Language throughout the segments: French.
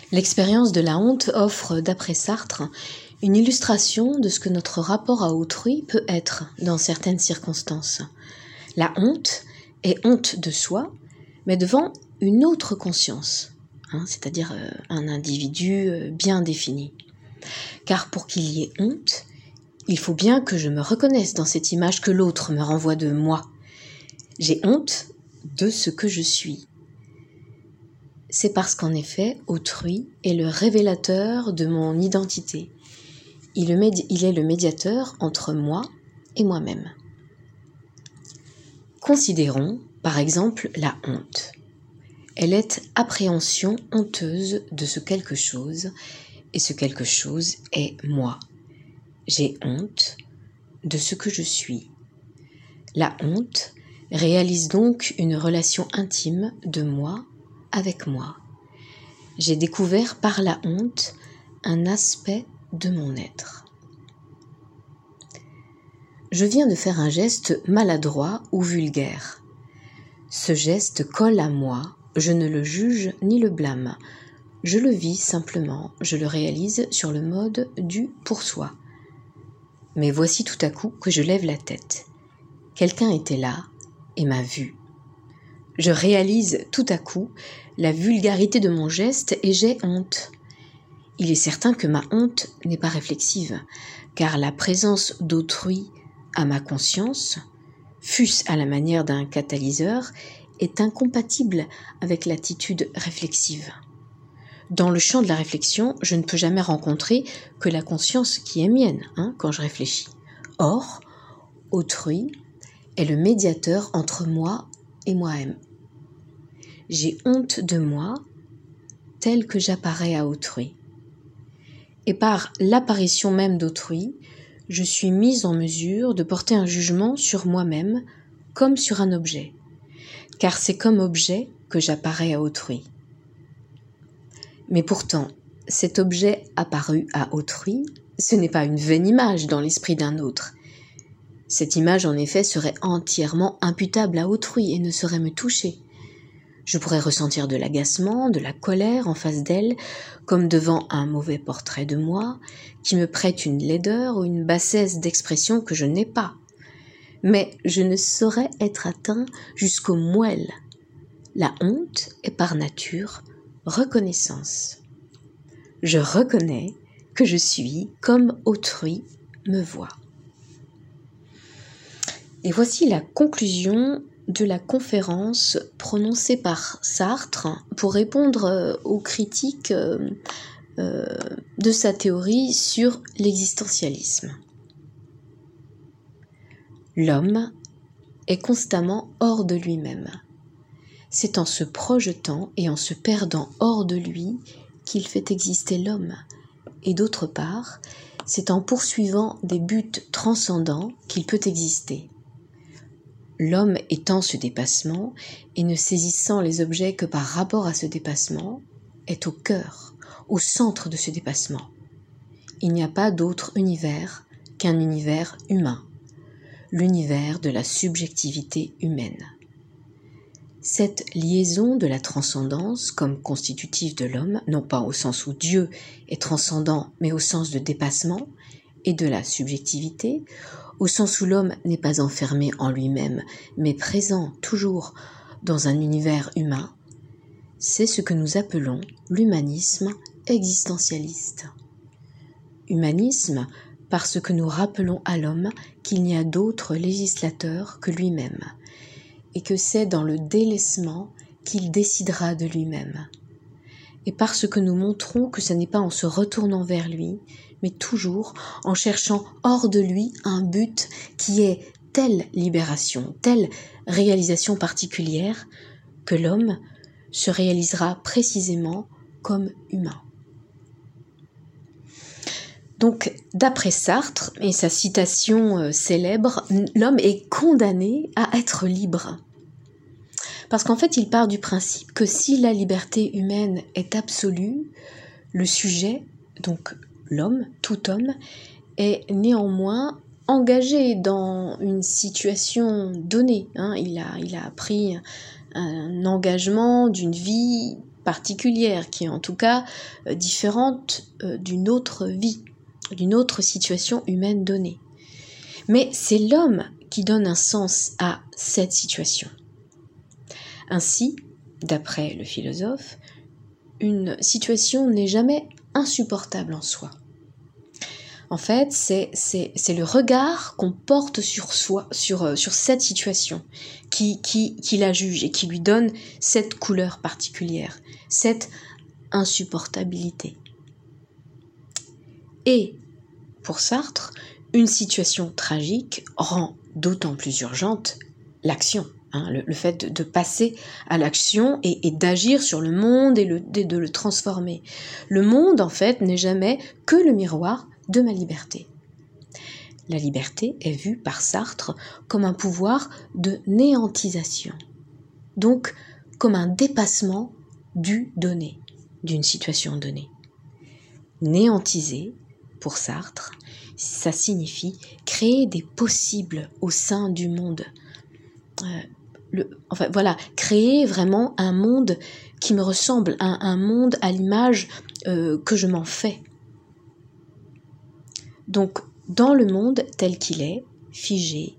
L'expérience de la honte offre, d'après Sartre, une illustration de ce que notre rapport à autrui peut être dans certaines circonstances. La honte est honte de soi, mais devant une autre conscience, c'est-à-dire un individu bien défini. Car pour qu'il y ait honte, il faut bien que je me reconnaisse dans cette image que l'autre me renvoie de moi. J'ai honte de ce que je suis. C'est parce qu'en effet, autrui est le révélateur de mon identité. Il est le médiateur entre moi et moi-même. Considérons, par exemple, la honte. Elle est appréhension honteuse de ce quelque chose, et ce quelque chose est moi. J'ai honte de ce que je suis. La honte réalise donc une relation intime de moi avec moi. J'ai découvert par la honte un aspect de mon être. Je viens de faire un geste maladroit ou vulgaire. Ce geste colle à moi, je ne le juge ni le blâme. Je le vis simplement, je le réalise sur le mode du pour soi. Mais voici tout à coup que je lève la tête. Quelqu'un était là et m'a vu. Je réalise tout à coup la vulgarité de mon geste et j'ai honte. Il est certain que ma honte n'est pas réflexive, car la présence d'autrui à ma conscience, fût-ce à la manière d'un catalyseur, est incompatible avec l'attitude réflexive. Dans le champ de la réflexion, je ne peux jamais rencontrer que la conscience qui est mienne, quand je réfléchis. Or, autrui est le médiateur entre moi et moi-même. J'ai honte de moi tel que j'apparais à autrui. Et par l'apparition même d'autrui, je suis mise en mesure de porter un jugement sur moi-même comme sur un objet, car c'est comme objet que j'apparais à autrui. Mais pourtant, cet objet apparu à autrui, ce n'est pas une vaine image dans l'esprit d'un autre. Cette image, en effet, serait entièrement imputable à autrui et ne saurait me toucher. Je pourrais ressentir de l'agacement, de la colère en face d'elle, comme devant un mauvais portrait de moi, qui me prête une laideur ou une bassesse d'expression que je n'ai pas. Mais je ne saurais être atteint jusqu'aux moelles. La honte est par nature reconnaissance. Je reconnais que je suis comme autrui me voit. Et voici la conclusion de la conférence prononcée par Sartre pour répondre aux critiques de sa théorie sur l'existentialisme. L'homme est constamment hors de lui-même. C'est en se projetant et en se perdant hors de lui qu'il fait exister l'homme. Et d'autre part, c'est en poursuivant des buts transcendants qu'il peut exister. L'homme étant ce dépassement et ne saisissant les objets que par rapport à ce dépassement, est au cœur, au centre de ce dépassement. Il n'y a pas d'autre univers qu'un univers humain, l'univers de la subjectivité humaine. Cette liaison de la transcendance comme constitutive de l'homme, non pas au sens où Dieu est transcendant, mais au sens de dépassement, et de la subjectivité, au sens où l'homme n'est pas enfermé en lui-même, mais présent toujours dans un univers humain, c'est ce que nous appelons l'humanisme existentialiste. Humanisme parce que nous rappelons à l'homme qu'il n'y a d'autre législateur que lui-même, et que c'est dans le délaissement qu'il décidera de lui-même. Et parce que nous montrons que ce n'est pas en se retournant vers lui, mais toujours en cherchant hors de lui un but qui est telle libération, telle réalisation particulière, que l'homme se réalisera précisément comme humain. Donc, d'après Sartre, et sa citation célèbre, l'homme est condamné à être libre. Parce qu'en fait, il part du principe que si la liberté humaine est absolue, le sujet, donc l'homme, tout homme, est néanmoins engagé dans une situation donnée. Il a pris un engagement d'une vie particulière, qui est en tout cas différente d'une autre vie, d'une autre situation humaine donnée. Mais c'est l'homme qui donne un sens à cette situation. Ainsi, d'après le philosophe, une situation n'est jamais insupportable en soi. En fait, c'est le regard qu'on porte sur soi, sur cette situation, qui la juge et qui lui donne cette couleur particulière, cette insupportabilité. Et, pour Sartre, une situation tragique rend d'autant plus urgente l'action. Le fait de passer à l'action et d'agir sur le monde et de le transformer. Le monde, en fait, n'est jamais que le miroir de ma liberté. La liberté est vue par Sartre comme un pouvoir de néantisation, donc comme un dépassement du donné, d'une situation donnée. Néantiser, pour Sartre, ça signifie créer des possibles au sein du monde. Créer vraiment un monde qui me ressemble, un monde à l'image que je m'en fais. Donc, dans le monde tel qu'il est, figé,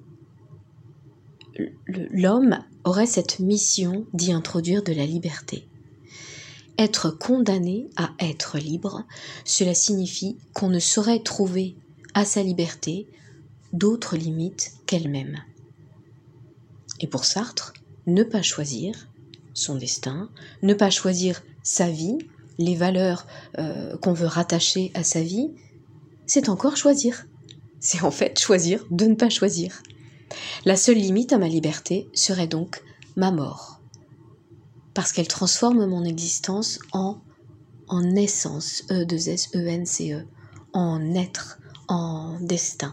l'homme aurait cette mission d'y introduire de la liberté. Être condamné à être libre, cela signifie qu'on ne saurait trouver à sa liberté d'autres limites qu'elle-même. Et pour Sartre, ne pas choisir son destin, ne pas choisir sa vie, les valeurs qu'on veut rattacher à sa vie, c'est encore choisir. C'est en fait choisir de ne pas choisir. La seule limite à ma liberté serait donc ma mort. Parce qu'elle transforme mon existence en essence, E2SENCE, en être, en destin.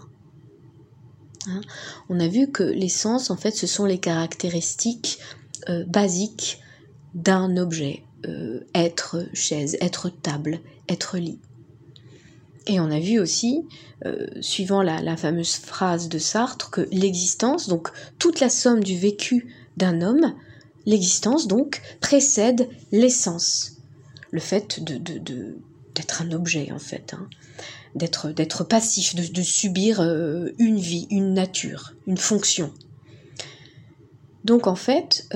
On a vu que l'essence, en fait, ce sont les caractéristiques basiques d'un objet. Être chaise, être table, être lit. Et on a vu aussi, suivant la fameuse phrase de Sartre, que l'existence, donc toute la somme du vécu d'un homme, l'existence donc précède l'essence. Le fait d'être un objet en fait, d'être passif, de subir une vie, une nature, une fonction. Donc en fait,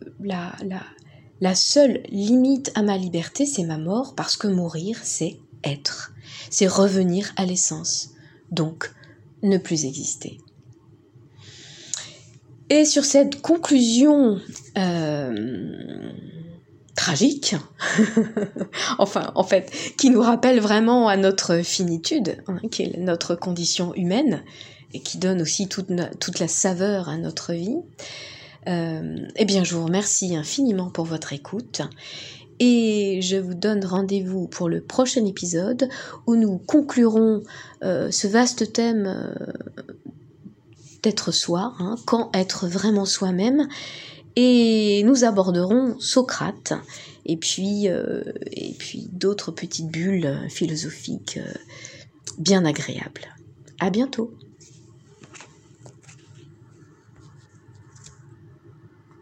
la seule limite à ma liberté, c'est ma mort, parce que mourir, c'est être. C'est revenir à l'essence, donc ne plus exister. Et sur cette conclusion tragique, en fait, qui nous rappelle vraiment à notre finitude, qui est notre condition humaine, et qui donne aussi toute la saveur à notre vie, je vous remercie infiniment pour votre écoute. Et je vous donne rendez-vous pour le prochain épisode où nous conclurons ce vaste thème d'être soi, quand être vraiment soi-même, et nous aborderons Socrate et puis d'autres petites bulles philosophiques bien agréables. À bientôt.